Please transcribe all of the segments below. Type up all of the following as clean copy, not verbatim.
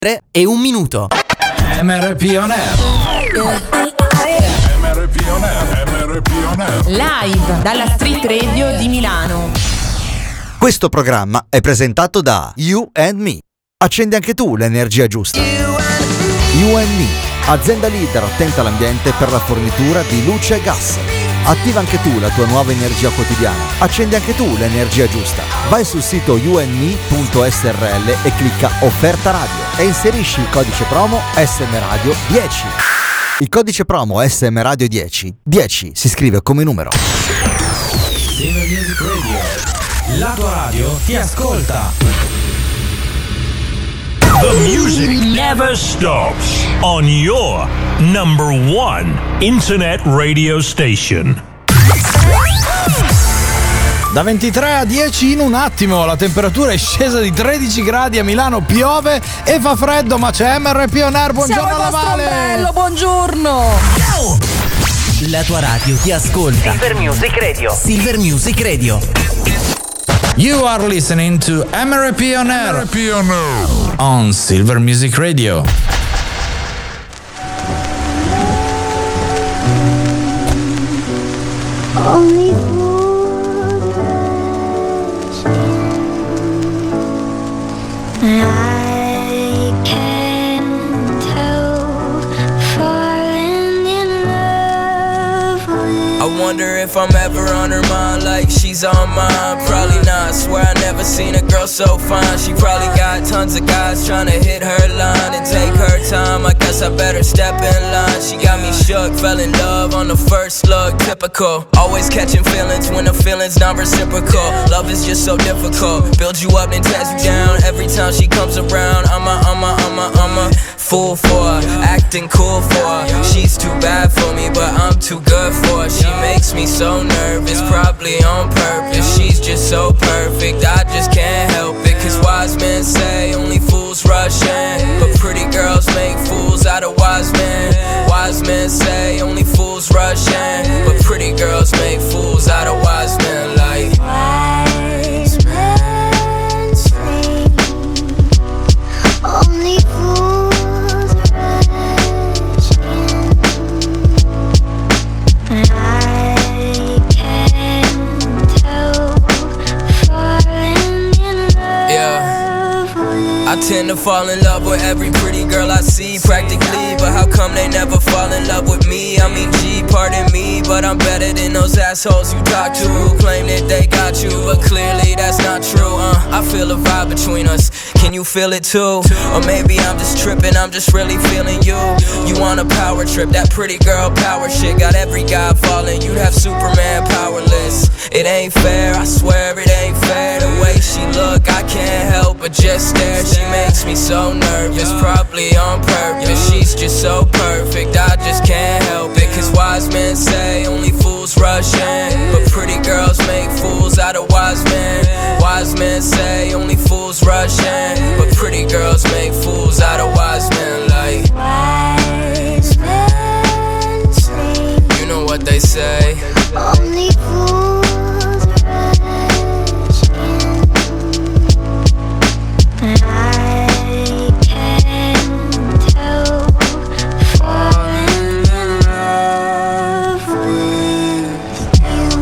e un minuto. MRP On Air. MRP On Air. MRP On Air. Live dalla Street Radio di Milano. Questo programma è presentato da You and Me. Accendi anche tu l'energia giusta. You and Me, azienda leader attenta all'ambiente per la fornitura di luce e gas. Attiva anche tu la tua nuova energia quotidiana. Accendi anche tu l'energia giusta. Vai sul sito youndme.srl e clicca Offerta Radio e inserisci il codice promo SM Radio 10. Il codice promo SM Radio 10 si scrive come numero. Silver Music Radio. La tua radio ti ascolta. The music never stops on your number one internet radio station. Da 23 a 10 in un attimo, la temperatura è scesa di 13 gradi a Milano, piove e fa freddo, ma c'è MRP On Air. Buongiorno alla Vale. Bello, buongiorno. La tua radio ti ascolta. Silver Music Radio. Silver Music Radio. You are listening to MRP On Air. MRP On Air on Silver Music Radio. Only I can't help falling in love with. I wonder if I'm ever on her mind like she's on mine. Probably not, swear I never seen a girl so fine. She probably got tons of guys trying to hit her line and take her time. I guess I better step in line. She got me shook, fell in love on the first look, typical. Always catching feelings when the feeling's not reciprocal. Love is just so difficult, builds you up then tears you down. Every time she comes around, I'm a fool for her, acting cool for her. She's too bad for me, but I'm too good for her. She makes me so nervous, probably on purpose. She's just so perfect, I just can't help it. Cause wise men say only fools rush in, but pretty girls make fools out of wise men. Wise men say only fools rush in, but pretty girls make fools out of wise men. Like Wise men say only fools rush in. I can't help falling in love with. I tend to fall in love with every pretty girl I see practically, but how come they never fall in love with me? I mean, gee, pardon me, but I'm better than those assholes you talk to who claim that they got you, but clearly that's not true. I feel a vibe between us, can you feel it too? Or maybe I'm just tripping, I'm just really feeling you. You want a power trip, that pretty girl power shit got every guy falling. You'd have Superman powerless. It ain't fair, I swear it ain't fair. The way she look, I can't help but just stare. She makes me so nervous, probably on purpose. She's just so perfect, I just can't help it. Cause wise men say only fools rush in, but pretty girls make fools out of wise men. Wise men say only fools rush in, but pretty girls make fools out of wise men. Like Wise men say you know what they say. only fools rush in. I can't help falling in love with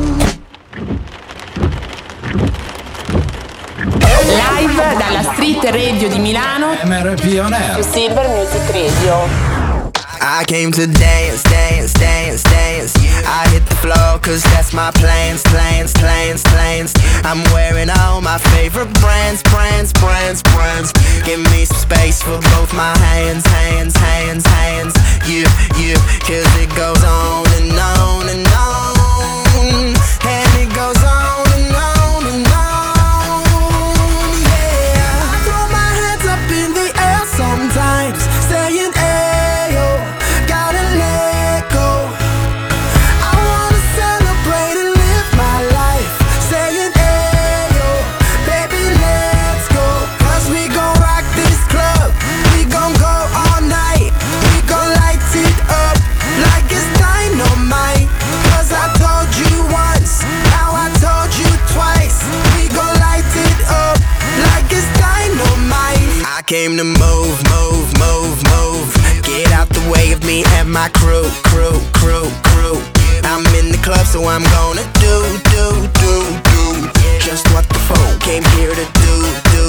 you. Live dalla Street Radio di Milano. MRP On Air. Silver Music Radio. I came to dance, dance, dance, dance. I hit the floor cause that's my plans, plans, plans, plans. I'm wearing all my favorite brands, brands, brands, brands. Give me some space for both my hands, hands, hands, hands. You, cause it goes on and on and on. And it goes on and on and on. Yeah, I throw my hands up in the air sometimes, saying ayo, gotta let go. I wanna celebrate and live my life, saying ayo, baby let's go. Cause we gon' rock this club, we gon' go all night. We gon' light it up like it's dynamite. Cause my crew. I'm in the club, so I'm gonna do just what the folk came here to do.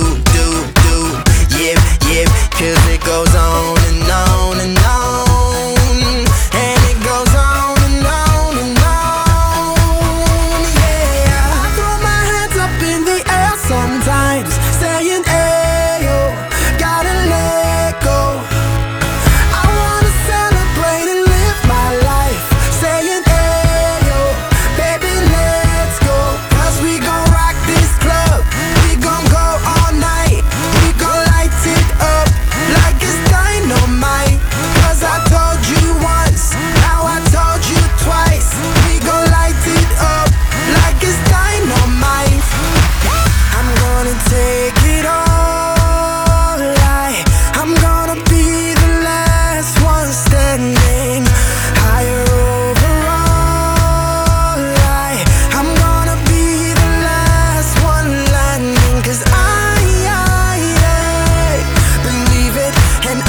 Yeah, 'cause it goes on and on and on, and it goes on and on and on. Yeah, I throw my hands up in the air sometimes, saying, ayo, gotta let go. I wanna celebrate and live my life, saying, ayo, baby, let's go. 'Cause we gon' rock this club, we gon' go all night, we gon' light it up like it's dynamite. 'Cause I told you once, now I told you twice, we gon' light it up like it's dynamite. I'm gonna take it all, I'm gonna be the last one standing, higher overall, I'm gonna be the last one landing. 'Cause I believe it, and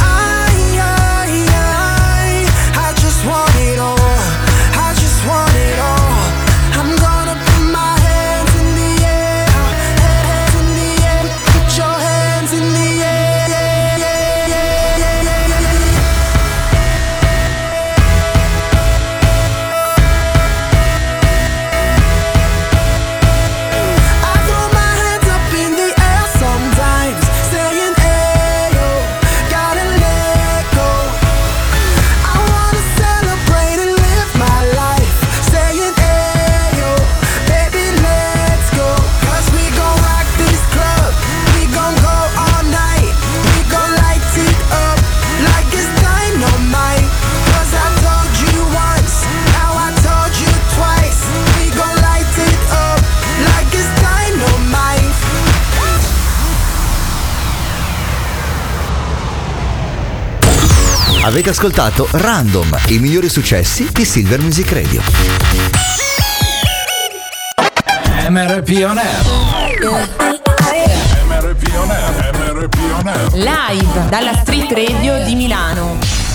I just want it all, I just want it all. I'm gonna put my hands in the air, hands in the air, put your hands in the air. I throw my hands up in the air sometimes, saying, ayo, gotta let go. I wanna celebrate and live my life, saying, ayo, baby, let's go. 'Cause we gon' rock this club, we gon' go all night, we gon' light it up like it's dynamite. 'Cause I told you once, now I told you twice, we gon' light it up like it's dynamite. Avete ascoltato Random, i migliori successi di Silver Music Radio. MRP On Air. Live dalla Street Radio di Milano.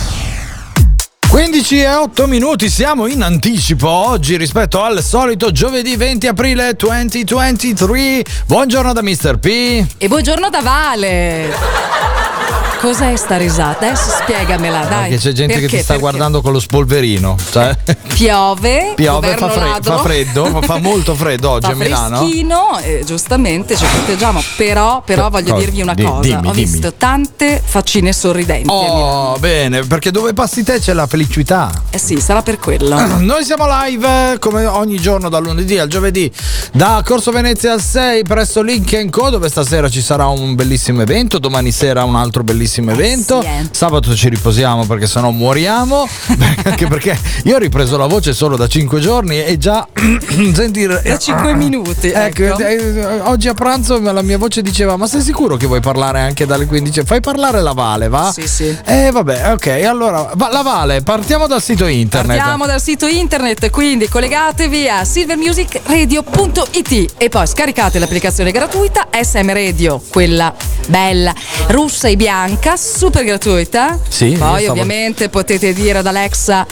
15:08, siamo in anticipo oggi rispetto al solito giovedì 20 aprile 2023. Buongiorno da Mr. P. E buongiorno da Vale. Cos'è sta risata? Spiegamela, dai. Perché c'è gente che Perché? ti sta Perché? guardando con lo spolverino. Cioè, Piove, fa freddo, fa molto freddo oggi fa a Milano. freschino, giustamente ci proteggiamo, però voglio cosa? dirvi una cosa. Dimmi. Ho visto tante faccine sorridenti a Milano. Oh, bene, perché dove passi te c'è la felicità. Eh sì, sarà per quello. Noi siamo live come ogni giorno dal lunedì al giovedì da Corso Venezia al 6 presso Link & Co, dove stasera ci sarà un bellissimo evento, domani sera un altro bellissimo evento, sì, sabato ci riposiamo perché sennò moriamo. Anche perché io ho ripreso la voce solo da 5 giorni e già sentire Da 5 minuti, ecco. Oggi a pranzo la mia voce diceva: ma sei sicuro che vuoi parlare anche dalle 15? Fai parlare la Vale, va? Sì. Vabbè, ok, allora la Vale, partiamo dal sito internet. Partiamo dal sito internet, quindi collegatevi a silvermusicradio.it e poi scaricate l'applicazione gratuita SM Radio, quella bella, russa e bianca, super gratuita. Sì, Poi ovviamente potete dire ad Alexa: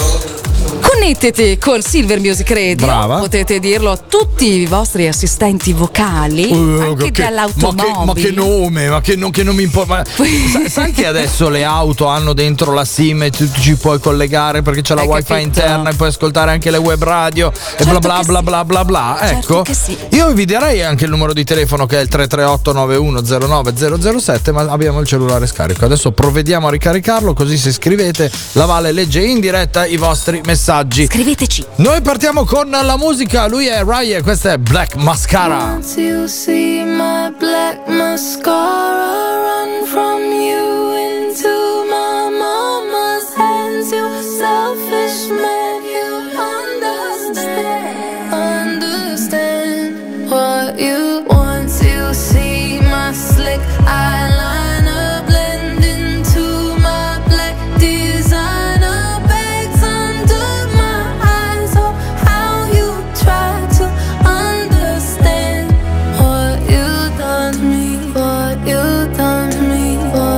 connettiti con Silver Music Radio. Brava. Potete dirlo a tutti i vostri assistenti vocali, anche dall'automobile. Ma che nome, che non mi importa. Sai che adesso le auto hanno dentro la SIM e tu ci puoi collegare perché c'è la Hai wifi capito? interna e puoi ascoltare anche le web radio e Certo bla che bla sì. bla bla bla. Certo Ecco, che sì. io vi darei anche il numero di telefono che è il 338 91 007, ma abbiamo il cellulare scarico. Adesso provvediamo a ricaricarlo, così se scrivete la Vale legge in diretta i vostri messaggi. Scriveteci. Noi partiamo con la musica, lui è Rai e questa è Black Mascara. Once you see my black mascara run from you into my mama's hands, you selfish man, you understand what you. Once you see my slick eyeliner blend into my black designer bags under my eyes. Oh, how you try to understand what you done to me, what you done to me, what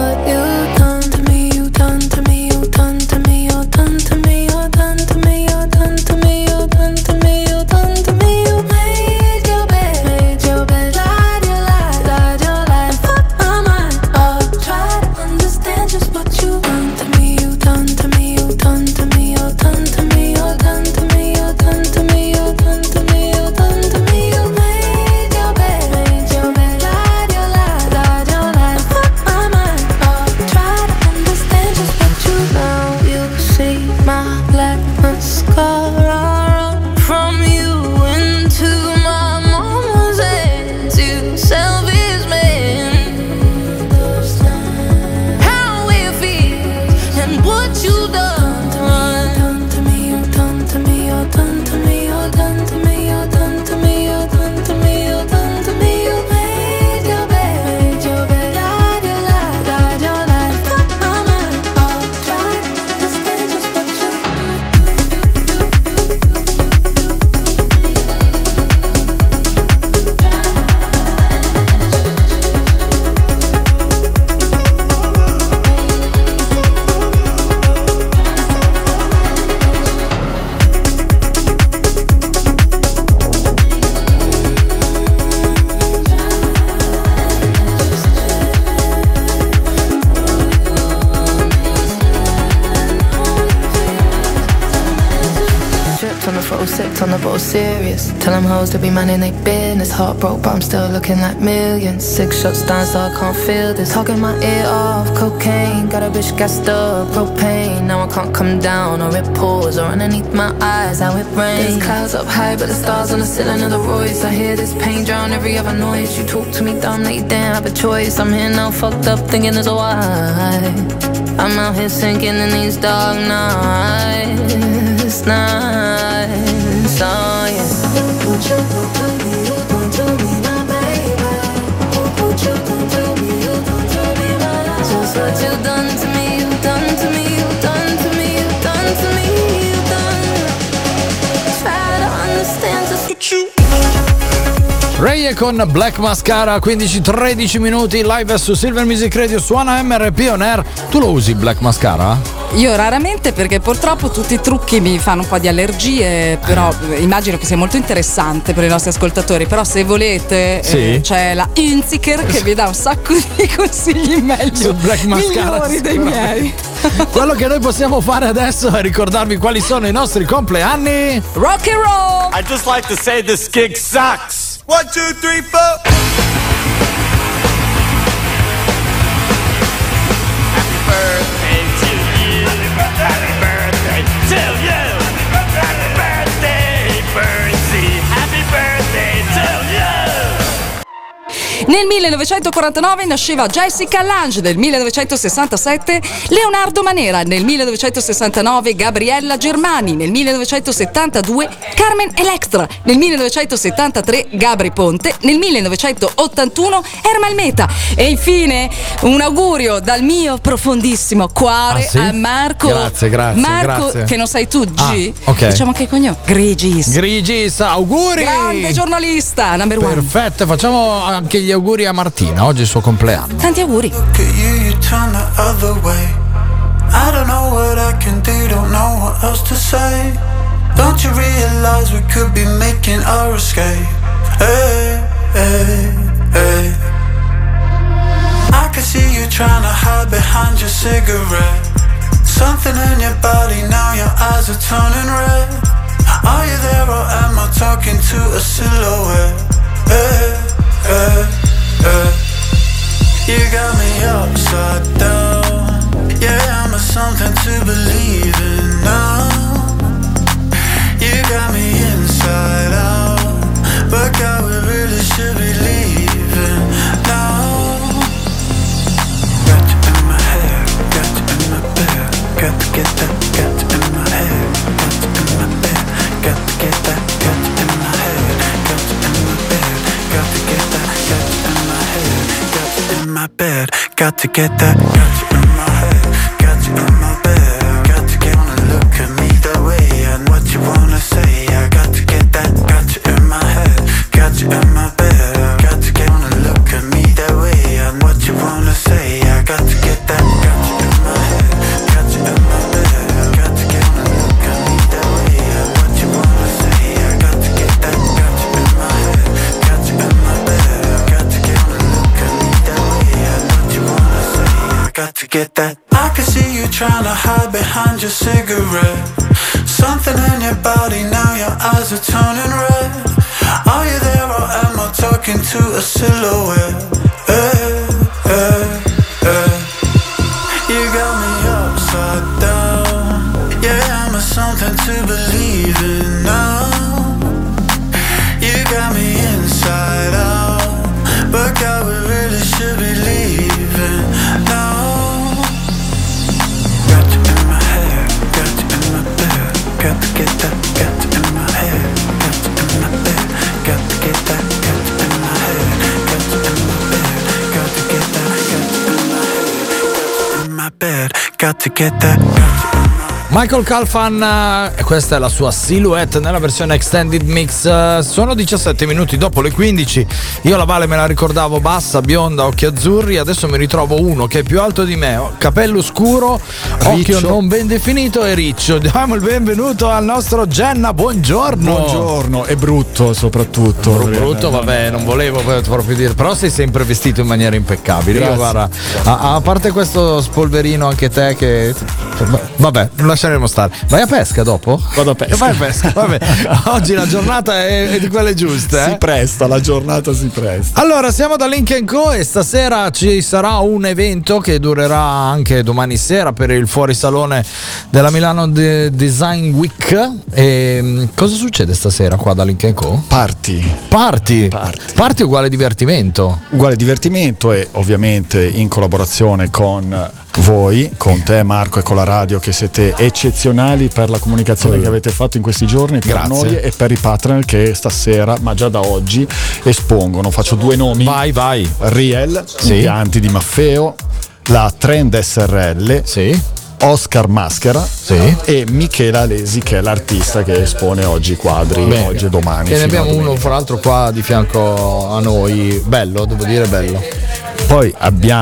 for 06 on the boat serious. Tell them hoes to be minding their business. Heart broke but I'm still looking like millions. 6 shots down so I can't feel this. Talking my ear off, cocaine. Got a bitch gassed up, propane. Now I can't come down or it pours. Or underneath my eyes how it rains. There's clouds up high but the stars on the ceiling of the Royce. I hear this pain drown every other noise. You talk to me dumb that you didn't have a choice. I'm here now fucked up thinking there's a why. I'm out here sinking in these dark nights. Nights, oh yeah. What you gon' do me, you gon' do me, my baby. What you gon' do me, you gon' do me, my love. Just what you done to me, you done to me, you done to me, you done to me, you done. Try to understand just what you. Ray con Black Mascara, 15-13 minuti, live su Silver Music Radio, suona MRP On Air. Tu lo usi Black Mascara? Io raramente, perché purtroppo tutti i trucchi mi fanno un po' di allergie, però immagino che sia molto interessante per i nostri ascoltatori. Però se volete sì. C'è la Inziker che vi dà un sacco di consigli meglio, Black Mascara, migliori dei miei. Quello che noi possiamo fare adesso è ricordarvi quali sono i nostri compleanni. Rock and roll! I just like to say this gig sucks. 1, 2, 3, 4. Happy birthday to you. Happy birthday to you. Happy birthday, Bernsey. Happy birthday to you. Nel 1949 nasceva Jessica Lange, nel 1967 Leonardo Manera, nel 1969 Gabriella Germani, nel 1972 Carmen Electra, nel 1973 Gabri Ponte, nel 1981 Ermal Meta e infine un augurio dal mio profondissimo cuore a Marco. Grazie. Marco, grazie. che non sei tu, G. Okay. Diciamo che il cognome Grigis, auguri! Grande giornalista, number one. Perfetto, facciamo anche gli auguri a Martina, oggi è il suo compleanno. Tanti auguri. I don't know what I can do, don't know what else to say. Don't you realize we could be making our escape? Hey, hey, hey. I can see you trying to hide behind your cigarette. Something in your body, now your eyes are turning red. Are you there or am I talking to a silhouette? Hey, hey, hey. You got me upside down. Yeah, I'm a something to believe in now. You got me inside out, but God, we really should be leaving now. Got you in my head, got you in my bed. Got to get that, got you in my head, got you in my bed. Got to get that, got you in my head, got you in my bed. Got to get that, got you in my head, got you in my bed. Got to get that, got you in my head, got you in my bed. Got to get on and look at me that way and what you wanna say. I got to get that, got you in my head, got you in my bed. Got to get on and look at me that way and what you wanna say. I got to get that, got you in my head, got you in my bed. Got to get on and look at me that way and what you wanna say. I got to get that, got you in my head, got you in my bed. Got to get on and look at me that way and what you wanna say. I got to get that. I can see you trying to hide behind your cigarette. Something in your body, now your eyes are turning red. Are you there or am I talking to a silhouette? Hey, hey, hey. You got me upside down. Yeah, I'm a something to believe in now. You got me inside out, but God, we really should be leaving now. Got you in my head, got you in my bed. Got to get that, got you in my head, got you in my bed. Got to get that, got you in my head, got you in my bed. Got to get that, got you in my head, got you in my bed. Got to get that, got you in my Michael Calfan, questa è la sua Silhouette nella versione Extended Mix. Sono 17 minuti dopo le 15. Io la Vale me la ricordavo bassa, bionda, occhi azzurri. Adesso mi ritrovo uno che è più alto di me, capello scuro, riccio, occhio non ben definito e riccio. Diamo il benvenuto al nostro Genna. Buongiorno. Buongiorno, e brutto soprattutto. Brutto, vabbè, non volevo proprio dire, però sei sempre vestito in maniera impeccabile. Grazie. Io guarda, a parte questo spolverino anche te che vabbè, lasceremo stare. Vai a pesca dopo? Vado a pesca. Vai a pesca, vabbè. Oggi la giornata è di quelle giuste. Si presta, la giornata si presta. Allora, siamo da Link & Co e stasera ci sarà un evento che durerà anche domani sera per il fuorisalone della Milano Design Week. E cosa succede stasera qua da Link & Co? Party uguale divertimento. Uguale divertimento e ovviamente in collaborazione con voi, con te Marco e con la radio, che siete eccezionali per la comunicazione che avete fatto in questi giorni per noi e per i partner che stasera, ma già da oggi, espongono. Faccio due nomi. Vai. Riel, impianti di Maffeo, la Trend SRL, Oscar Maschera e Michela Alesi, che è l'artista che espone oggi i quadri, oggi e domani. E ne abbiamo uno fra l'altro qua di fianco a noi, bello, devo dire bello. Poi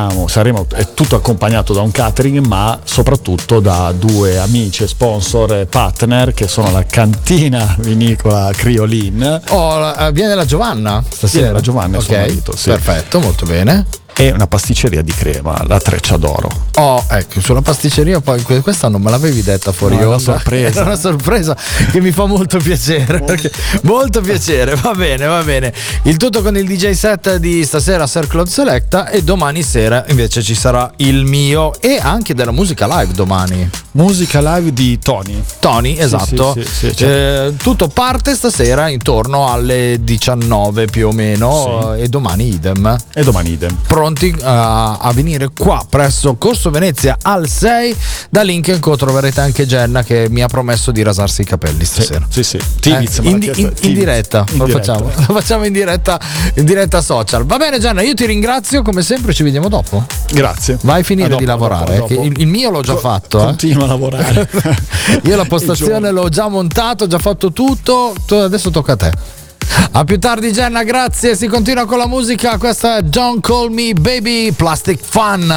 è tutto accompagnato da un catering, ma soprattutto da due amici e sponsor e partner che sono la cantina vinicola Criolin. Viene la Giovanna stasera? Viene la Giovanna, suo marito, perfetto, molto bene. E una pasticceria di crema, la Treccia d'Oro. Ecco, sulla pasticceria poi questa non me l'avevi detta fuori onda. È una sorpresa che mi fa molto piacere, molto piacere, va bene. Il tutto con il DJ set di stasera Circle Selecta, e domani sera invece ci sarà il mio e anche della musica live domani. Musica live di Tony, esatto. Sì, certo. Tutto parte stasera intorno alle 19 più o meno, e domani idem. Pronti a venire qua presso Corso Venezia al 6 da Link & Co. Troverete anche Jenna che mi ha promesso di rasarsi i capelli stasera. Sì. In diretta. Lo facciamo in diretta social. Va bene Jenna, io ti ringrazio come sempre, ci vediamo dopo. Grazie. Vai a finire di lavorare. Dopo. Il mio l'ho già fatto. Continua a lavorare. Io la postazione l'ho già montato, ho già fatto tutto. Adesso tocca a te. A più tardi Jenna, grazie. Si continua con la musica. Questa è Don't Call Me Baby, Plastic Fun.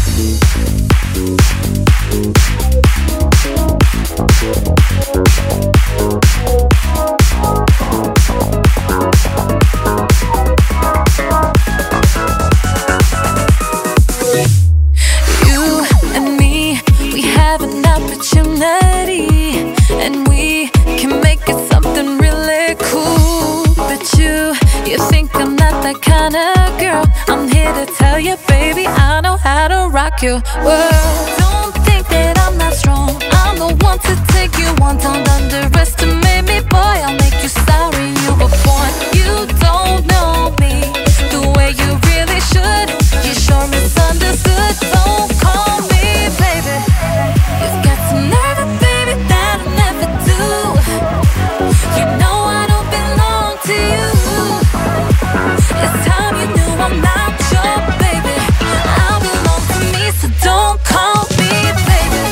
You and me, we have an opportunity, and we can make it something really cool. But you think I'm not that kind of girl. I'm here to tell you, baby, I know how to rock your world. Don't think that I'm not strong. I'm the one to take you on. Don't underestimate me, boy. I'll make you sorry you were born. You don't know me the way you really should. You sure misunderstood. Don't call me baby. You've got some nerve, baby, that I'll never do. You know I don't belong to you. It's time you knew I'm not your baby. I belong to me, so don't call me baby.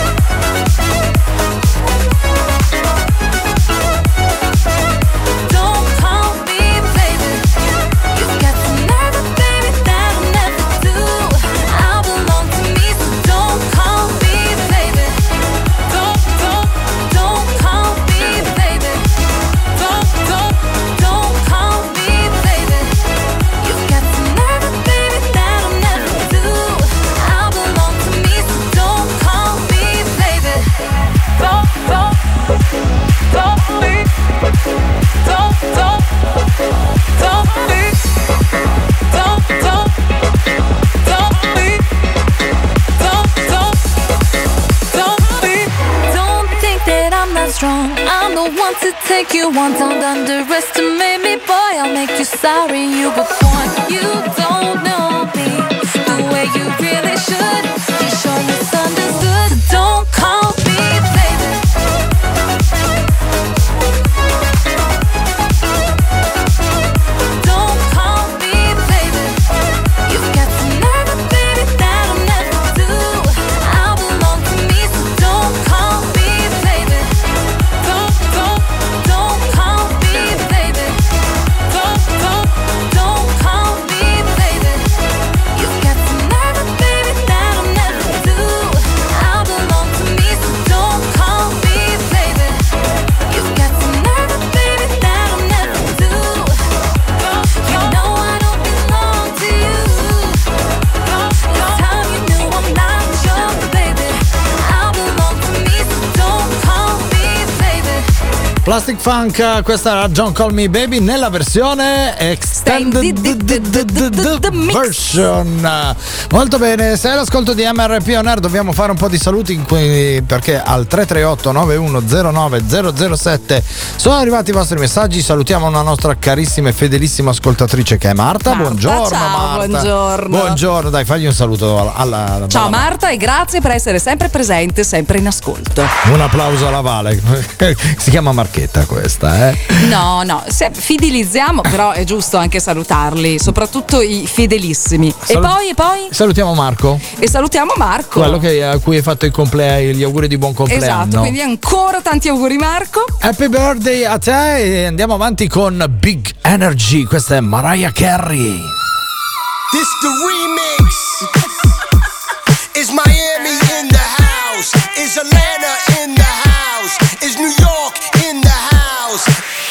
Don't call me baby. You've got some nerve, baby, that I'll never do. I belong to me, so don't call me baby. Don't call me baby. Don't call me baby. You've got some nerve, baby, that I'll never do. I belong to me, so don't call me baby. Don't me. Don't me. Don't think that I'm not strong. I'm the one to take you on. Don't underestimate me, boy. I'll make you sorry you were born. You don't know me the way you really should. You sure misunderstood. So don't call me baby. Don't call me baby. You've got some nerve, baby, that I'll never do. I belong to me, so don't call me baby. Don't call me baby. Don't call me baby. You've got some nerve, baby, that I'll never Plastic Funk, questa era Don't Call Me Baby nella versione extended version. Molto bene, sei all'ascolto di MRP On Air, dobbiamo fare un po' di saluti perché al 338 9109 007 sono arrivati i vostri messaggi. Salutiamo una nostra carissima e fedelissima ascoltatrice che è Marta. Buongiorno ciao, Marta. Buongiorno, dai, fagli un saluto alla ciao Marta e grazie per essere sempre presente, sempre in ascolto. Un applauso alla Vale. Si chiama Marchetta questa, No, fidelizziamo, però è giusto anche salutarli, soprattutto i fedelissimi. E poi? Salutiamo Marco. E salutiamo Marco. Quello a cui hai fatto gli auguri di buon compleanno. Esatto, quindi ancora tanti auguri Marco. Happy birthday a te e andiamo avanti con Big Energy. Questa è Mariah Carey. This the remix. Is Miami in the house? Is Atlanta in the house? Is New York in the house?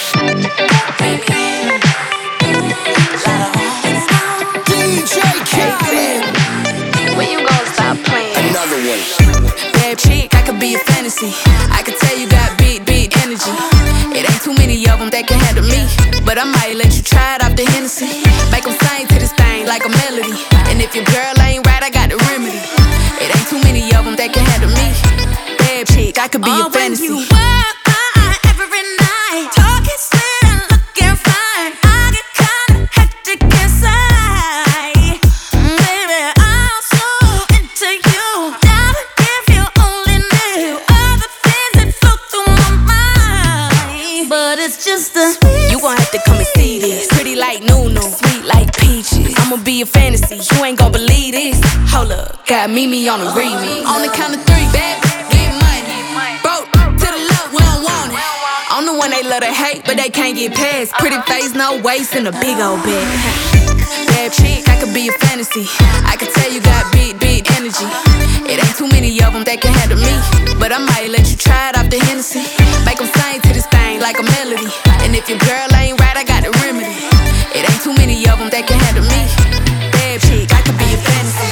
DJ Khaled. When you gonna stop playing? Another one. Bad chick, I could be a fantasy. I could tell you got big energy. It ain't too many of them that can handle me, but I might let you try it off the Hennessy. Make them sing to this thing like a melody. And if your girl ain't right, I got the remedy. It ain't too many of them that can handle me. Bad chick, I could be a fantasy. When you walk by every night, talking sweet and looking fine, I get kinda hectic inside. Baby, I'm so into you. Now if you only knew all the things that flow through my mind. But it's just a You gon' have to come and see this. Pretty like Nunu, sweet like peaches. I'ma be a fantasy, you ain't gon' believe this. Hold up, got Mimi on the remix. On the count of three, baby, get money. Broke to the left, we don't want it. I'm the one they love to hate, but they can't get past. Pretty face, no waist, and a big old bed. Bad chick, I could be a fantasy. I could tell you got big energy. It ain't too many of them that can handle me, but I might let you try it off the Hennessy. Make them sing to this thing like a melody. And if your girl ain't right, I got the remedy. It ain't too many of them that can handle me. Bad chick, I could be a fantasy.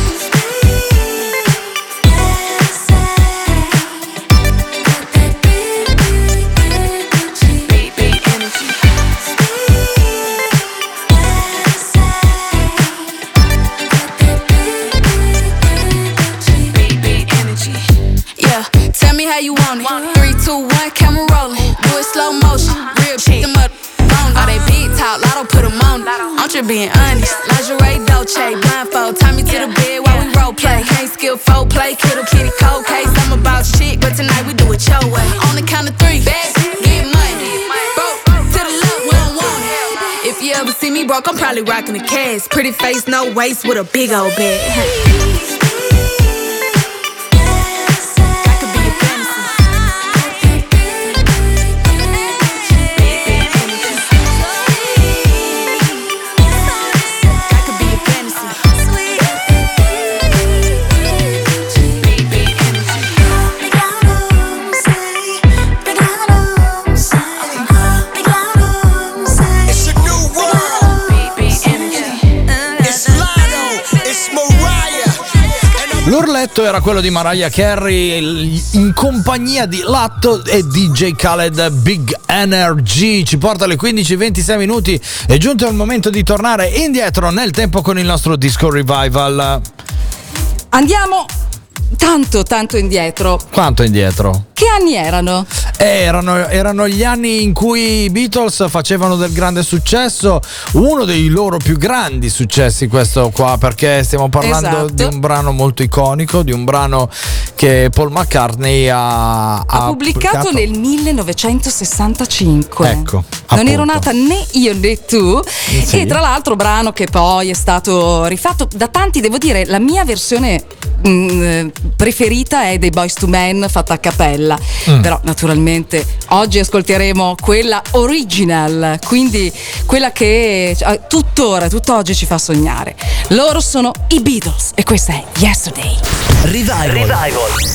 Tell me how you want it. 3, 2, 1, camera rolling. Do it slow motion. Real shit. Them up on all they big talk. Lotto put them on it. I'm just being honest. Lingerie, Dolce, blindfold. Tie me to the bed while we role play. Can't skill folk play. Kiddo kitty cold case. I'm about shit, but tonight we do it your way. On the count of 3, bad, get money. Broke to the left, we don't want it. If you ever see me broke, I'm probably rocking the cash. Pretty face, no waist, with a big old bag. L'urletto era quello di Mariah Carey in compagnia di Latto e DJ Khaled. Big Energy ci porta alle 15:26 minuti. È giunto il momento di tornare indietro nel tempo con il nostro disco revival. Andiamo tanto indietro. Quanto indietro? Che anni erano? Erano gli anni in cui i Beatles facevano del grande successo, uno dei loro più grandi successi questo qua, perché stiamo parlando di un brano molto iconico, di un brano che Paul McCartney ha pubblicato nel 1965. Ecco, non ero nata né io né tu. Sì. E tra l'altro brano che poi è stato rifatto da tanti, devo dire, la mia versione preferita è dei Boyz II Men fatta a cappella, però naturalmente oggi ascolteremo quella original, quindi quella che tutt'oggi ci fa sognare. Loro sono i Beatles e questa è Yesterday. Revival.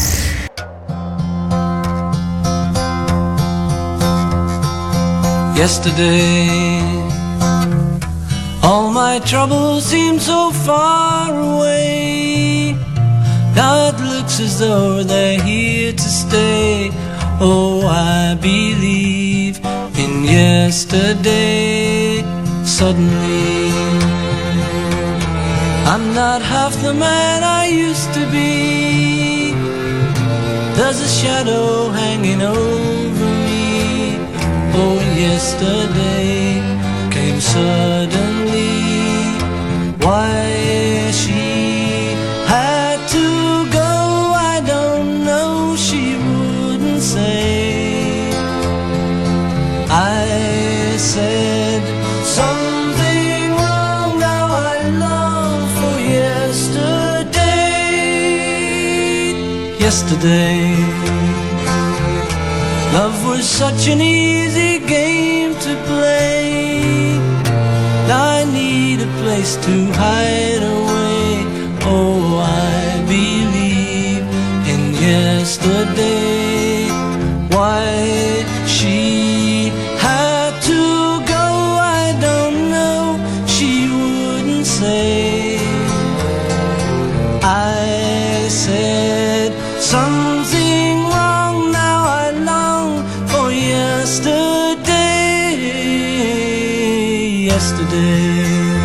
Yesterday, all my troubles seem so far away. Now it looks as though they're here to stay. Oh, I believe in yesterday. Suddenly, I'm not half the man I used to be. There's a shadow hanging over me. Oh, yesterday came suddenly. Why she had to go, I don't know, she wouldn't say. I said something wrong, now I long for yesterday. Yesterday, love was such an easy game to play. Now I need a place to hide away. Oh, I believe in yesterday. Why she had to go, I don't know, she wouldn't say. I said something wrong, now I long for yesterday. Yesterday,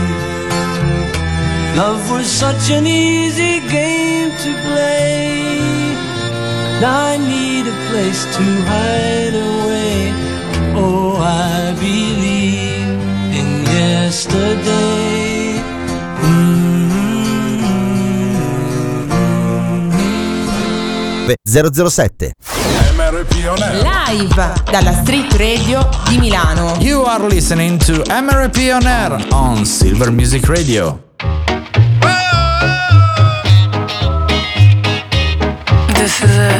love was such an easy game to play. Now I need a place to hide away. Oh, I believe in yesterday. 007 Live dalla Street Radio di Milano. You are listening to MRP On Air on Silver Music Radio. This is it.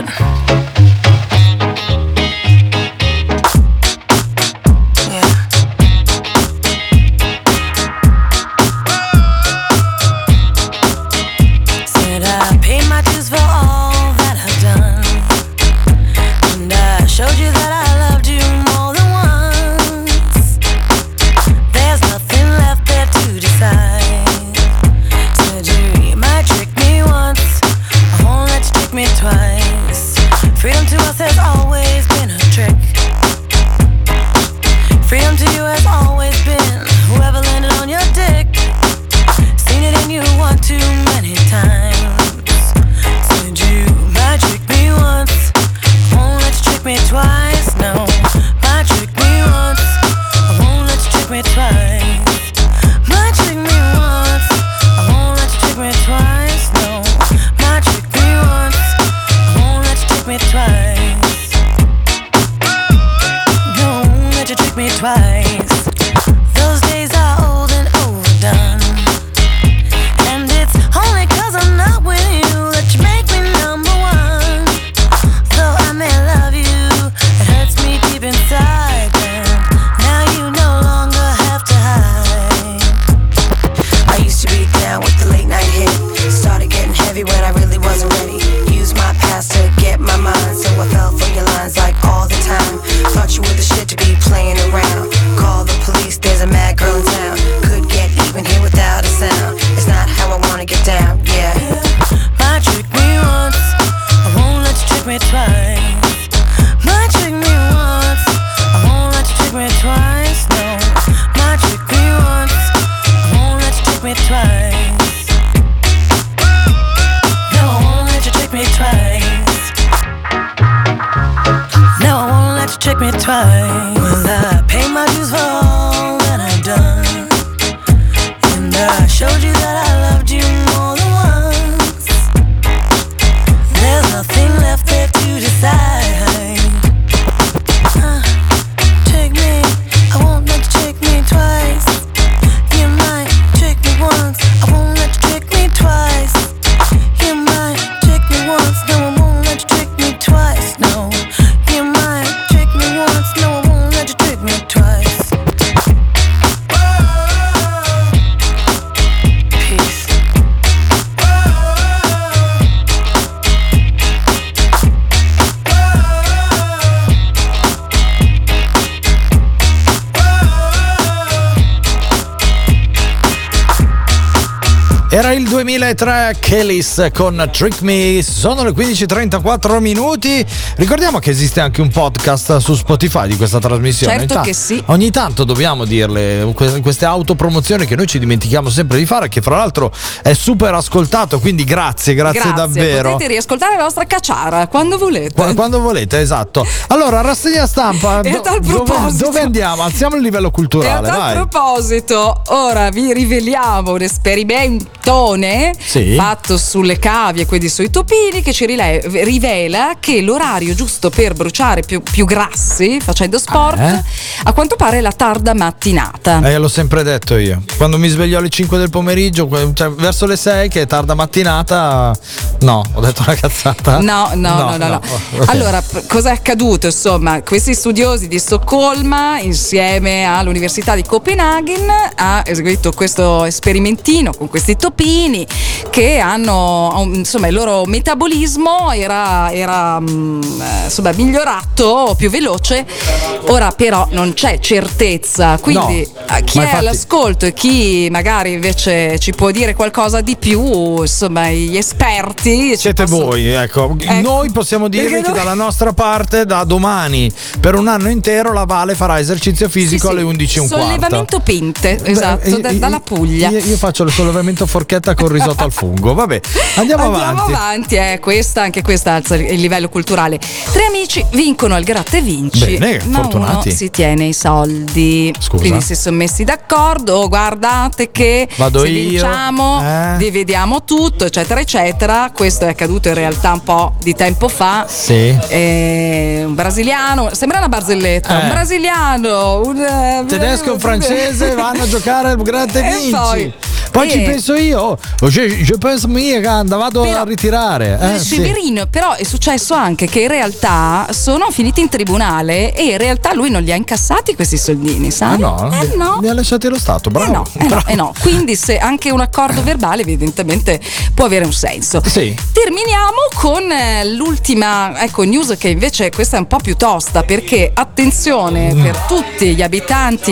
Trick me Era il 2003, Kellys con Trick Me. Sono le 15:34 minuti. Ricordiamo che esiste anche un podcast su Spotify di questa trasmissione. Certo che sì. Ogni tanto dobbiamo dirle queste autopromozioni che noi ci dimentichiamo sempre di fare, che fra l'altro è super ascoltato, quindi grazie davvero. Potete riascoltare la vostra cacciara quando volete. Quando volete, esatto. Allora, rassegna stampa. Dove andiamo? Alziamo il livello culturale. E a tal proposito, ora vi riveliamo un esperimentone fatto sulle cavie, quindi sui topini, che ci rivela che l'orario giusto per bruciare più grassi facendo sport a quanto pare è la tarda mattinata. L'ho sempre detto io. Quando mi sveglio alle 5 del pomeriggio, cioè verso le 6, che è tarda mattinata, no, ho detto una cazzata. No. Okay. Allora, cosa è accaduto? Insomma, questi studiosi di Stoccolma, insieme all'Università di Copenaghen, ha eseguito questo sperimentino con questi topini che hanno, insomma, il loro metabolismo era insomma migliorato, più veloce. Ora però non c'è certezza, quindi chi è all'ascolto e chi magari invece ci può dire qualcosa di più, insomma, gli esperti siete voi, ecco. Noi possiamo dirvi che dalla nostra parte, da domani per un anno intero, la Vale farà esercizio fisico alle 11:15. Sollevamento pinte, esatto, dalla Puglia. Io faccio il sollevamento forchetta con risotto al fungo. Vabbè, andiamo avanti. Anche questa alza il livello culturale. 3 amici vincono al gratta e vinci. Bene, ma fortunati. uno si tiene i soldi. Scusa. Quindi si sono messi d'accordo, guardate che vado se io, vinciamo dividiamo tutto, eccetera eccetera. Questo è accaduto in realtà un po' di tempo fa. Sì. Un brasiliano, sembra una barzelletta, un brasiliano, un tedesco e un francese vanno a giocare al gratta e vinci. Poi ci penso io, io penso mia, vado a ritirare. Severino, però è successo anche che in realtà sono finiti in tribunale e in realtà lui non li ha incassati questi soldini, sai? No. Li ha lasciati lo Stato, bravo. No. Quindi se anche un accordo verbale evidentemente può avere un senso. Sì. Terminiamo con l'ultima news, che invece questa è un po' più tosta, perché attenzione per tutti gli abitanti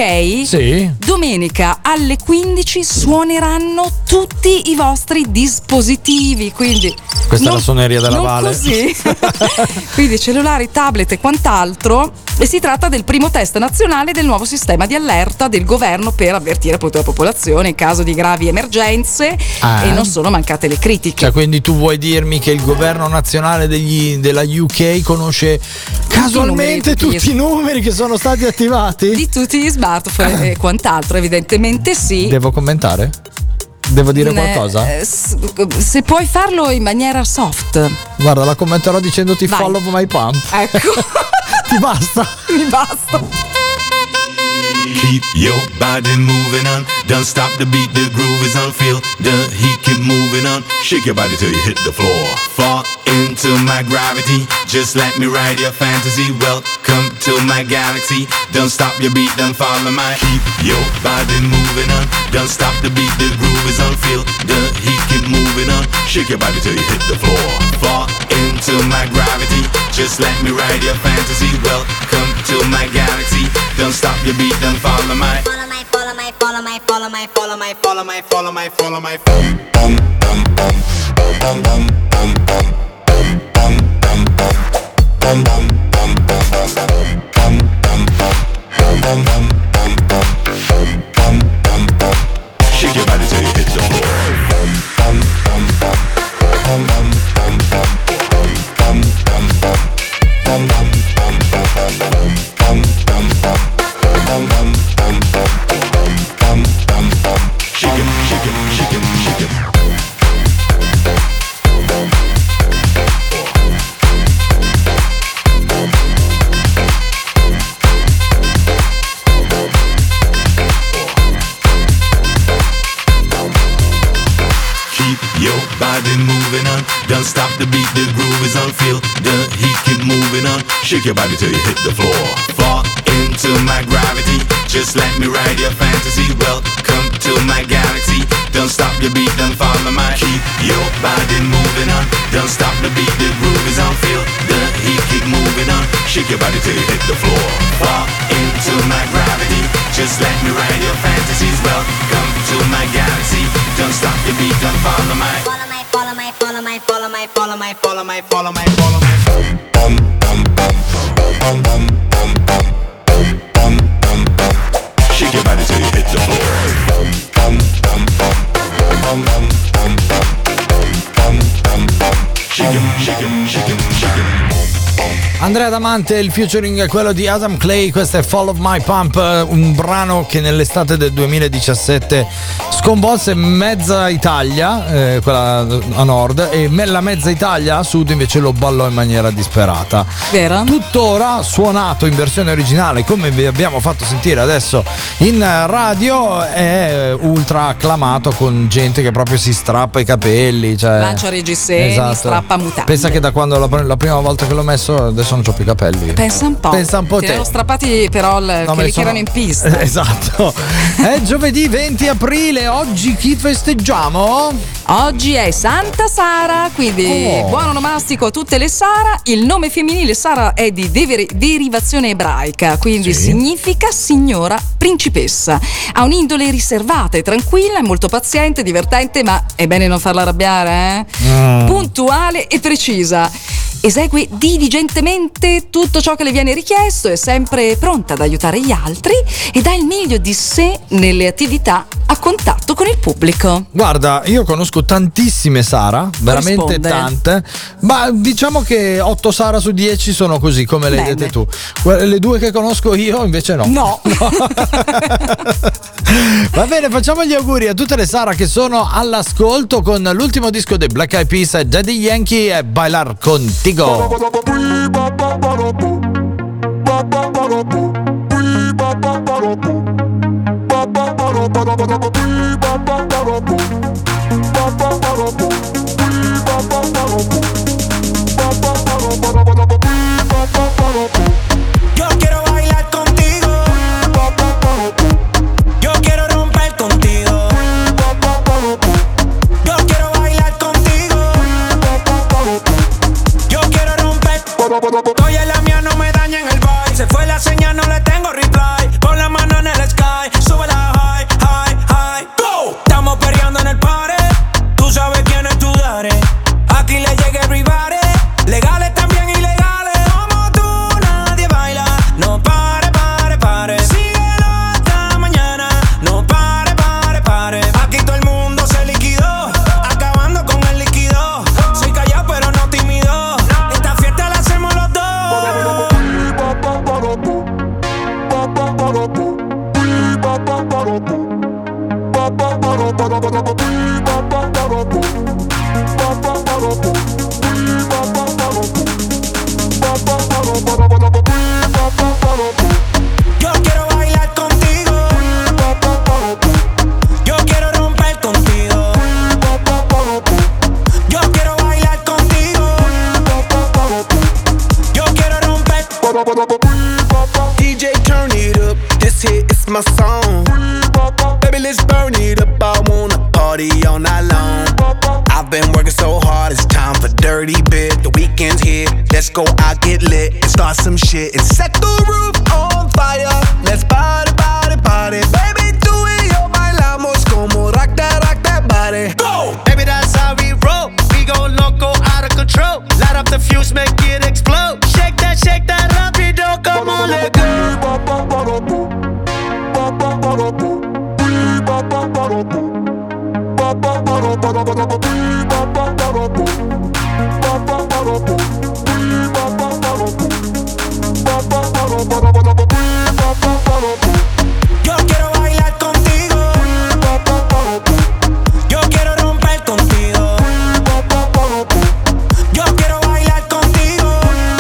UK, domenica alle 15 suoneranno tutti i vostri dispositivi, quindi questa è la suoneria della Vale. Così. Quindi cellulari, tablet e quant'altro, e si tratta del primo test nazionale del nuovo sistema di allerta del governo per avvertire appunto la popolazione in caso di gravi emergenze, e non sono mancate le critiche. Cioè, quindi tu vuoi dirmi che il governo nazionale della UK conosce casualmente tutti i numeri che sono stati attivati? Di tutti gli smartphone e quant'altro, evidentemente sì. Devo commentare? Devo dire qualcosa? Se puoi farlo in maniera soft. Guarda, la commenterò dicendoti follow my pump. Ecco. Ti basta? Mi basta. Keep your body moving on. Don't stop the beat, the groove is on. Feel the heat, keep moving on. Shake your body till you hit the floor. Fall into my gravity. Just let me ride your fantasy. Welcome to my galaxy. Don't stop your beat, don't follow my. Keep your body moving on. Don't stop the beat, the groove is on. Feel the heat, keep moving on. Shake your body till you hit the floor. Fall into my gravity. Just let me ride your fantasy. Welcome to my galaxy. Don't stop your beat, don't follow my. Follow my, follow my, follow my, follow my, follow my, follow my, follow my, follow my. Bum bum bum bum bum bum bum bum bum bum bum bum bum bum bum bum bum. Shake your body till you hit the floor. Bum bum bum bum bum bum bum bum bum bum bum shake it, shake it, shake it, shake it. Keep your body moving on. Don't stop the beat, the groove is on. Feel the heat, keep moving on. Shake your body till you hit the floor. Fall into my gravity. Just let me ride your fantasy. Welcome to my galaxy. Don't stop your beat, don't follow my. Keep your body moving on. Don't stop the beat, the groove is on. Feel the heat keep moving on. Shake your body till you hit the floor. Fall into my gravity. Just let me ride your fantasies. Welcome to my galaxy. Don't stop your beat, don't follow my. Follow my, follow my, follow my, follow my, follow my, follow my, follow my, follow my. Bum bum bum bum bum bum bum bum bum bum. Shake your body till you hit the floor. Bum bum bum bum bum bum bum bum bum bum. Shake 'em, shake 'em, shake 'em, shake 'em. Andrea Damante, il featuring è quello di Adam Clay, questo è Fall of My Pump, un brano che nell'estate del 2017 sconvolse mezza Italia, quella a nord, e la mezza Italia a sud invece lo ballò in maniera disperata. Vero? Tuttora suonato in versione originale, come vi abbiamo fatto sentire adesso in radio, è ultra acclamato con gente che proprio si strappa i capelli, cioè lancia reggiseni, esatto. strappa mutande. Pensa che da quando la prima volta che l'ho messo adesso non c'ho più i capelli. Pensa un po'. Pensa un po' Ti te. erano strappati però quelli che erano in pista. Esatto. È giovedì 20 aprile. Oggi chi festeggiamo? Oggi è Santa Sara, quindi buon onomastico a tutte le Sara. Il nome femminile Sara è di derivazione ebraica, quindi significa signora principessa. Ha un'indole riservata e tranquilla, è molto paziente, divertente, ma è bene non farla arrabbiare, puntuale e precisa. Esegue diligentemente tutto ciò che le viene richiesto, è sempre pronta ad aiutare gli altri e dà il meglio di sé nelle attività a contatto con il pubblico. Guarda, io conosco tantissime Sara, veramente tante, ma diciamo che 8 Sara su 10 sono così come le hai dette tu. Le 2 che conosco io invece no. No. Va bene, facciamo gli auguri a tutte le Sara che sono all'ascolto con l'ultimo disco dei Black Eyed Peas e Daddy Yankee e Bailar Contigo. Yo quiero bailar contigo. Yo quiero romper contigo. Yo quiero bailar contigo. Yo quiero romper. Oye, la mía no me daña en el vibe. Se fue la señal, no le tengo reply. Pon la mano en el sky, sube la high, high, high. Go. Estamos perreando en el party. Tú sabes quién es tu daddy. Aquí le llega everybody. Legales también ilegales. Como tú nadie baila. No pare, pare, pare. Síguelo hasta mañana. No pare, pare, pare. Aquí todo el mundo se liquidó. Acabando con el líquido. Soy callado pero no tímido. Esta fiesta la hacemos los dos. Yo quiero bailar contigo. Yo quiero romper contigo. Yo quiero bailar contigo. Yo quiero romper. DJ, turn it up. This hit is my song. Baby, let's burn it up. I wanna party all night long. I've been working so hard, it's time for dirty bit. The weekend's here, let's go out, get lit, and start some shit and set the roof on fire. Let's party, party, party. Baby, tú y yo bailamos como rock that body. Go! Baby, that's how we roll. We go loco, out of control. Light up the fuse, make it explode. Shake that rapido, come on, let go. Yo quiero bailar contigo. Yo quiero romper contigo. Yo quiero bailar contigo.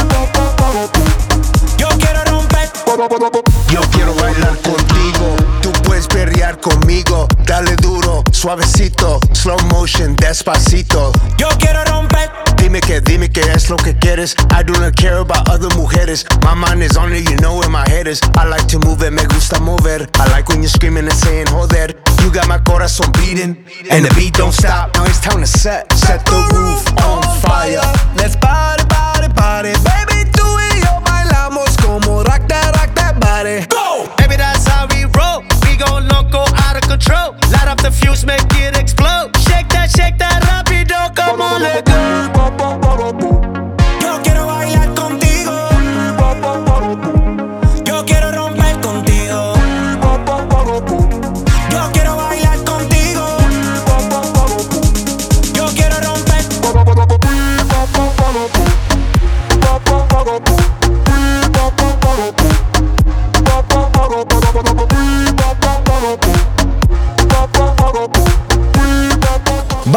Yo quiero romper. Yo quiero bailar contigo. Tú puedes perrear conmigo. Dale duro, suavecito, slow motion, despacito. Yo quiero romper. Dime que es lo que quieres. I do not care about other mujeres. My mind is on it, you know where my head is. I like to move it, me gusta mover. I like when you're screaming and saying joder. You got my corazón beating, and the beat don't stop. Now it's time to set the roof on fire. Let's party, party, party, baby.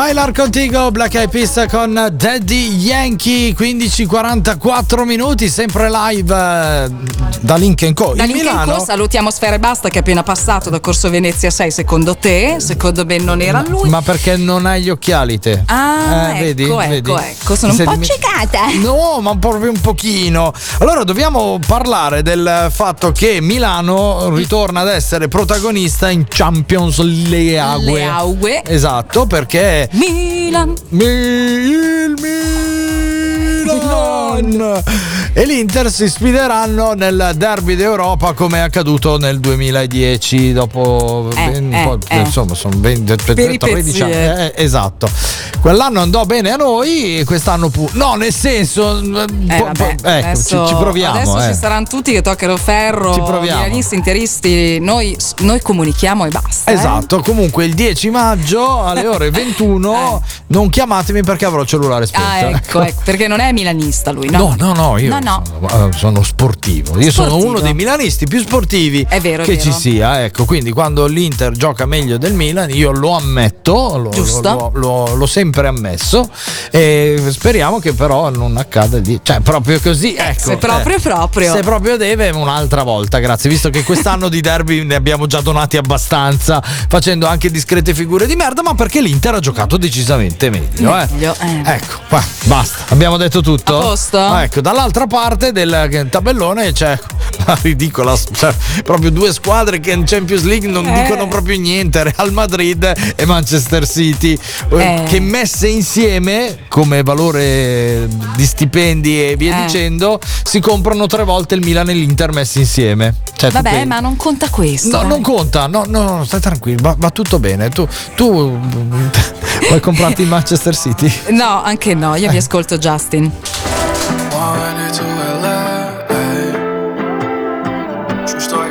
Bailar Contigo, Black Eyed Peas con Daddy Yankee, 15:44 minuti, sempre live da Link & Co. Da in Link & Milano. Co salutiamo Sfera e Basta che è appena passato da Corso Venezia 6. Secondo te? Secondo me non era lui. Ma perché non hai gli occhiali te? Ah, vedi? ecco, sono un po' ciecata. No, ma proprio un pochino. Allora dobbiamo parlare del fatto che Milano ritorna ad essere protagonista in Champions League. Esatto, perché Milan e l'Inter si sfideranno nel derby d'Europa come è accaduto nel 2010 dopo insomma sono 13 anni. Esatto, quell'anno andò bene a noi, quest'anno no, nel senso ci proviamo. Adesso ci saranno tutti che toccano ferro, ci proviamo. milanisti, interisti, noi comunichiamo e basta. Esatto, comunque il 10 maggio alle ore 21 non chiamatemi perché avrò il cellulare spento. Ecco, perché non è milanista lui, no? No, io sono sportivo. Io sono uno dei milanisti più sportivi che ci sia, ecco, quindi quando l'Inter gioca meglio del Milan io lo ammetto, l'ho sempre ammesso e speriamo che però non accada cioè proprio così, ecco. Se proprio deve un'altra volta, grazie, visto che quest'anno di derby ne abbiamo già donati abbastanza, facendo anche discrete figure di merda, ma perché l'Inter ha giocato decisamente meglio. Ecco, qua, basta, abbiamo detto tutto. A posto? Ecco, dall'altra parte del tabellone c'è la ridicola, cioè, proprio due squadre che in Champions League non dicono proprio niente, Real Madrid e Manchester City, che messe insieme come valore di stipendi e via dicendo si comprano 3 volte il Milan e l'Inter messi insieme. Cioè, vabbè, ma non conta questo. No, non conta, no, stai tranquillo, va tutto bene. Tu vuoi comprarti il Manchester City? No, anche no, io mi ascolto Justin. True story.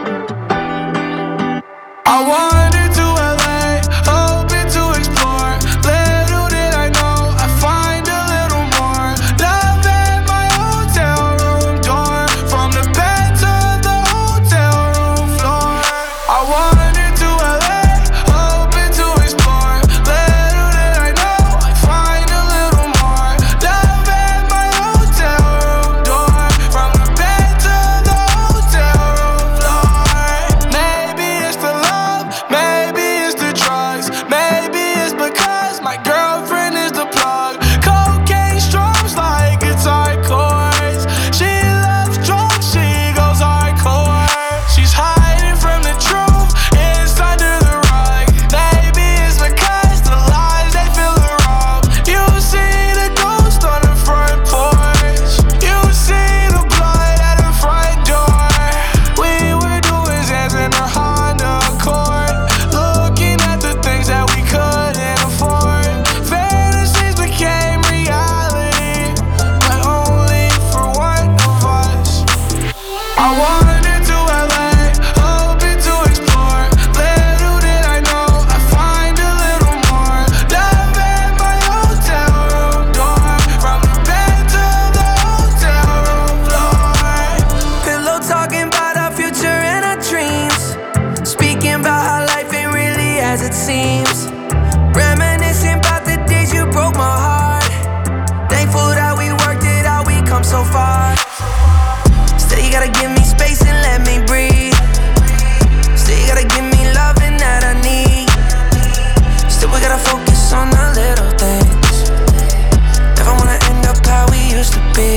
I wanted to LA, hoping to explore. Little did I know I'd find a little more. Love at my hotel room door, from the bed to the hotel room floor. I wanted to LA, hoping to explore. Little did I know I'd find a little more. Love at my hotel room door, from the bed to the hotel room floor. Maybe it's the love, maybe it's the drugs, maybe it's because my girlfriend is the plug. Cocaine strums like guitar chords. She loves drugs, she goes hardcore. She's hiding from the truth, it's under the rug. Maybe it's because the lies, they feel the rub. You see the ghost on the front porch, you see the blood at the front door. We were doing Zans in our Honda Accord, looking at the things that we couldn't afford. Fantasies became reality, but only for one of us. I wanted to LA, hoping to explore. Little did I know I'd find a little more. Love at my hotel room door, from the bed to the hotel room floor. Pillow talking about our future and our dreams, speaking about how life ain't really as it seems. Reminiscing about the days you broke my heart. Thankful that we worked it out, we come so far. Still you gotta give me space and let me breathe. Still you gotta give me loving that I need. Still we gotta focus on the little things. Never wanna end up how we used to be.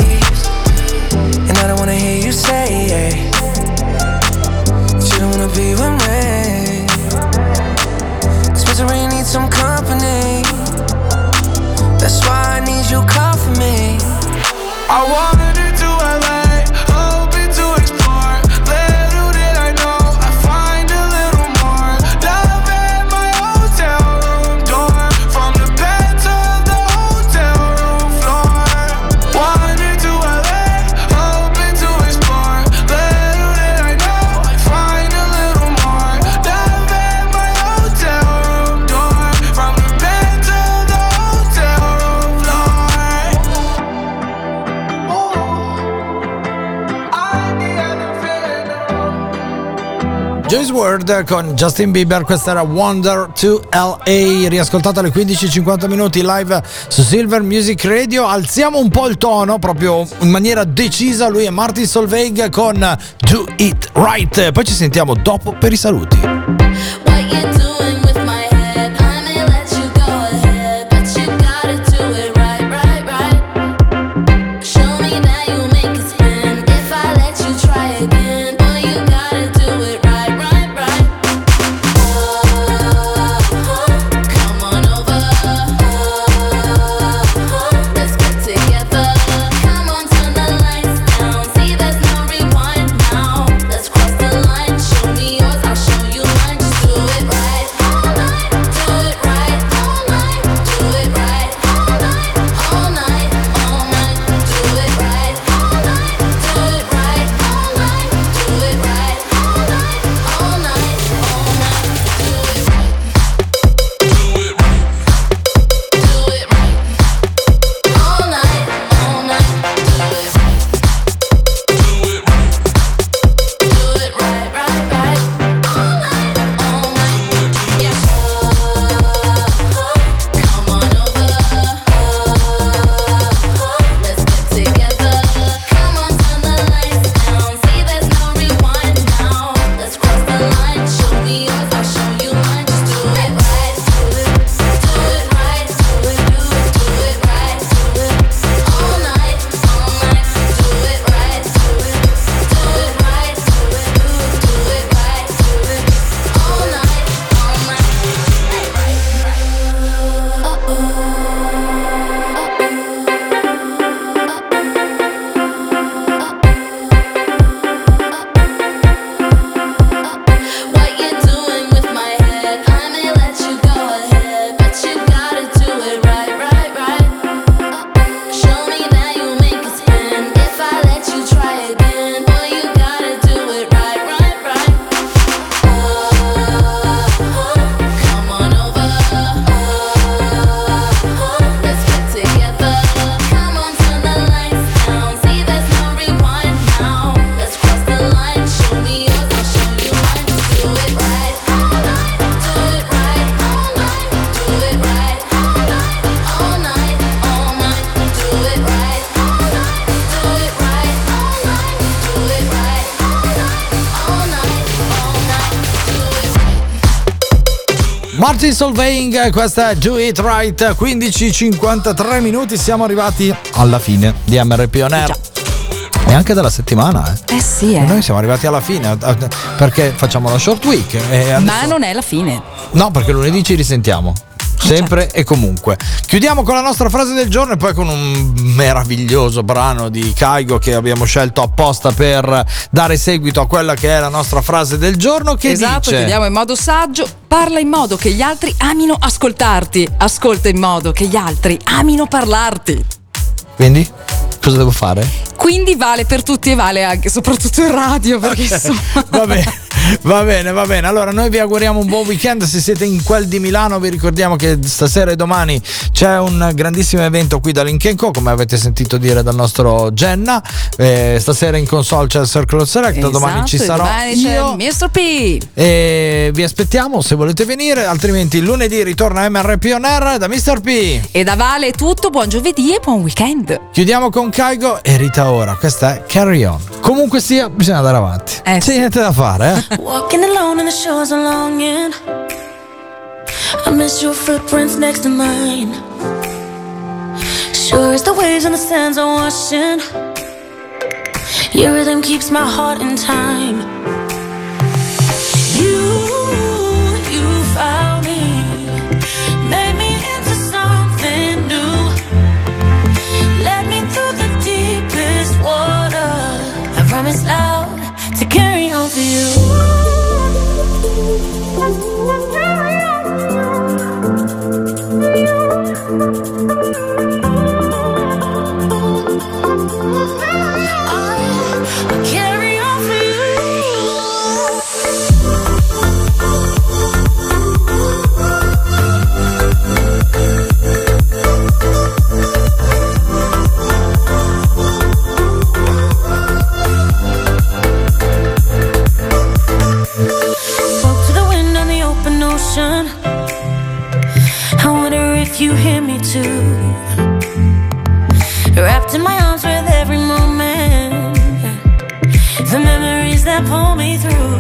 And I don't wanna hear you say that you don't wanna be with me. 'Cause misery needs some company. That's why I need you come for me. I wanted to LA, hoping to explore. Little did I know I'd find a little more. Love at my hotel room door, from the bed to the hotel room floor. Wanted to LA, hoping to explore. Little did I know I'd find a little more. Love at my hotel room door, from the bed to the hotel room floor. Joyce WRLD con Justin Bieber, questa era Wonder to LA, riascoltata alle 15:50 live su Silver Music Radio. Alziamo un po' il tono proprio in maniera decisa, lui è Martin Solveig con Do It Right, poi ci sentiamo dopo per i saluti. Martin Solveig, questa è Do It Right, 15:53, siamo arrivati alla fine di MRP On Air. E anche della settimana. Sì, Noi siamo arrivati alla fine perché facciamo la short week. Ma non è la fine. No, perché lunedì ci risentiamo. Sempre e comunque. Chiudiamo con la nostra frase del giorno e poi con un meraviglioso brano di Kygo che abbiamo scelto apposta per dare seguito a quella che è la nostra frase del giorno, che esatto, dice: chiudiamo in modo saggio. Parla in modo che gli altri amino ascoltarti. Ascolta in modo che gli altri amino parlarti. Quindi cosa devo fare? Quindi vale per tutti e vale anche soprattutto in radio, perché insomma... Va bene. Allora noi vi auguriamo un buon weekend. Se siete in quel di Milano vi ricordiamo che stasera e domani c'è un grandissimo evento qui da Link & Co, come avete sentito dire dal nostro Jenna. Stasera in console c'è il Circle of Select, esatto, domani ci sarò io, Mr. P. E vi aspettiamo se volete venire, altrimenti lunedì ritorna MRP On Air da Mr. P. E da Vale è tutto, buon giovedì e buon weekend. Chiudiamo con Kygo e Rita Ora, questa è Carry On. Comunque sia, bisogna andare avanti. C'è niente da fare, Walking alone in the shores of longing, I miss your footprints next to mine. Sure as the waves and the sands are washing, your rhythm keeps my heart in time. You found me, made me into something new, led me through the deepest water. I promise now to carry on for you. Carry on for you. me to. Wrapped in my arms with every moment, the memories that pull me through.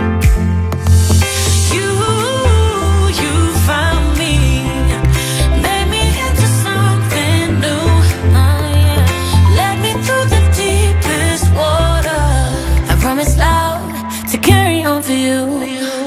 You found me, made me into something new. Yeah. Led me through the deepest water. I promise loud to carry on for you.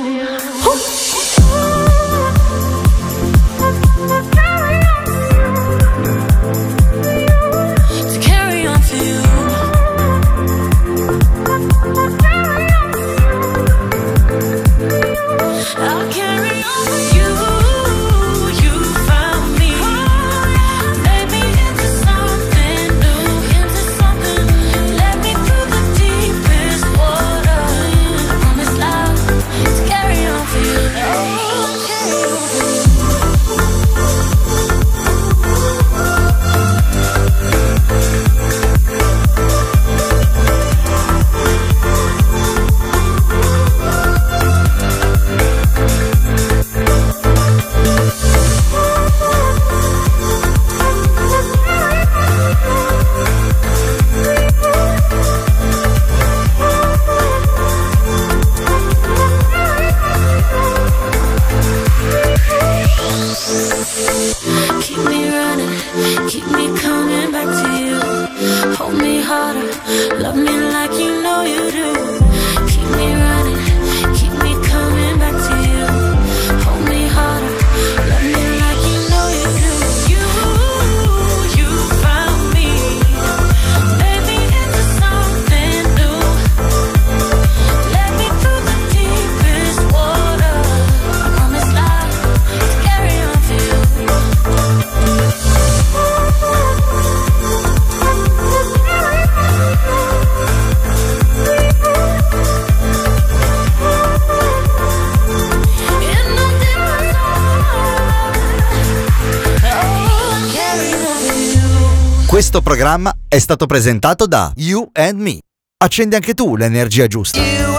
Questo programma è stato presentato da You and Me. Accendi anche tu l'energia giusta.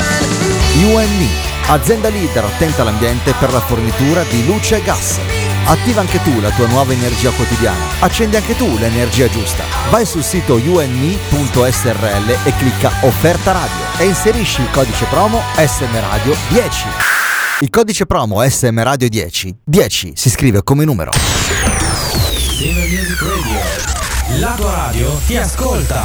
You and Me, azienda leader attenta all'ambiente per la fornitura di luce e gas. Attiva anche tu la tua nuova energia quotidiana. Accendi anche tu l'energia giusta. Vai sul sito youndme.srl e clicca Offerta Radio e inserisci il codice promo SM Radio 10. Il codice promo SM Radio 10 si scrive come numero. Silver Music Radio. La tua radio ti ascolta.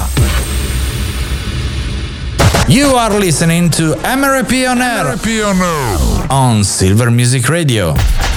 You are listening to MRP on Air on Silver Music Radio.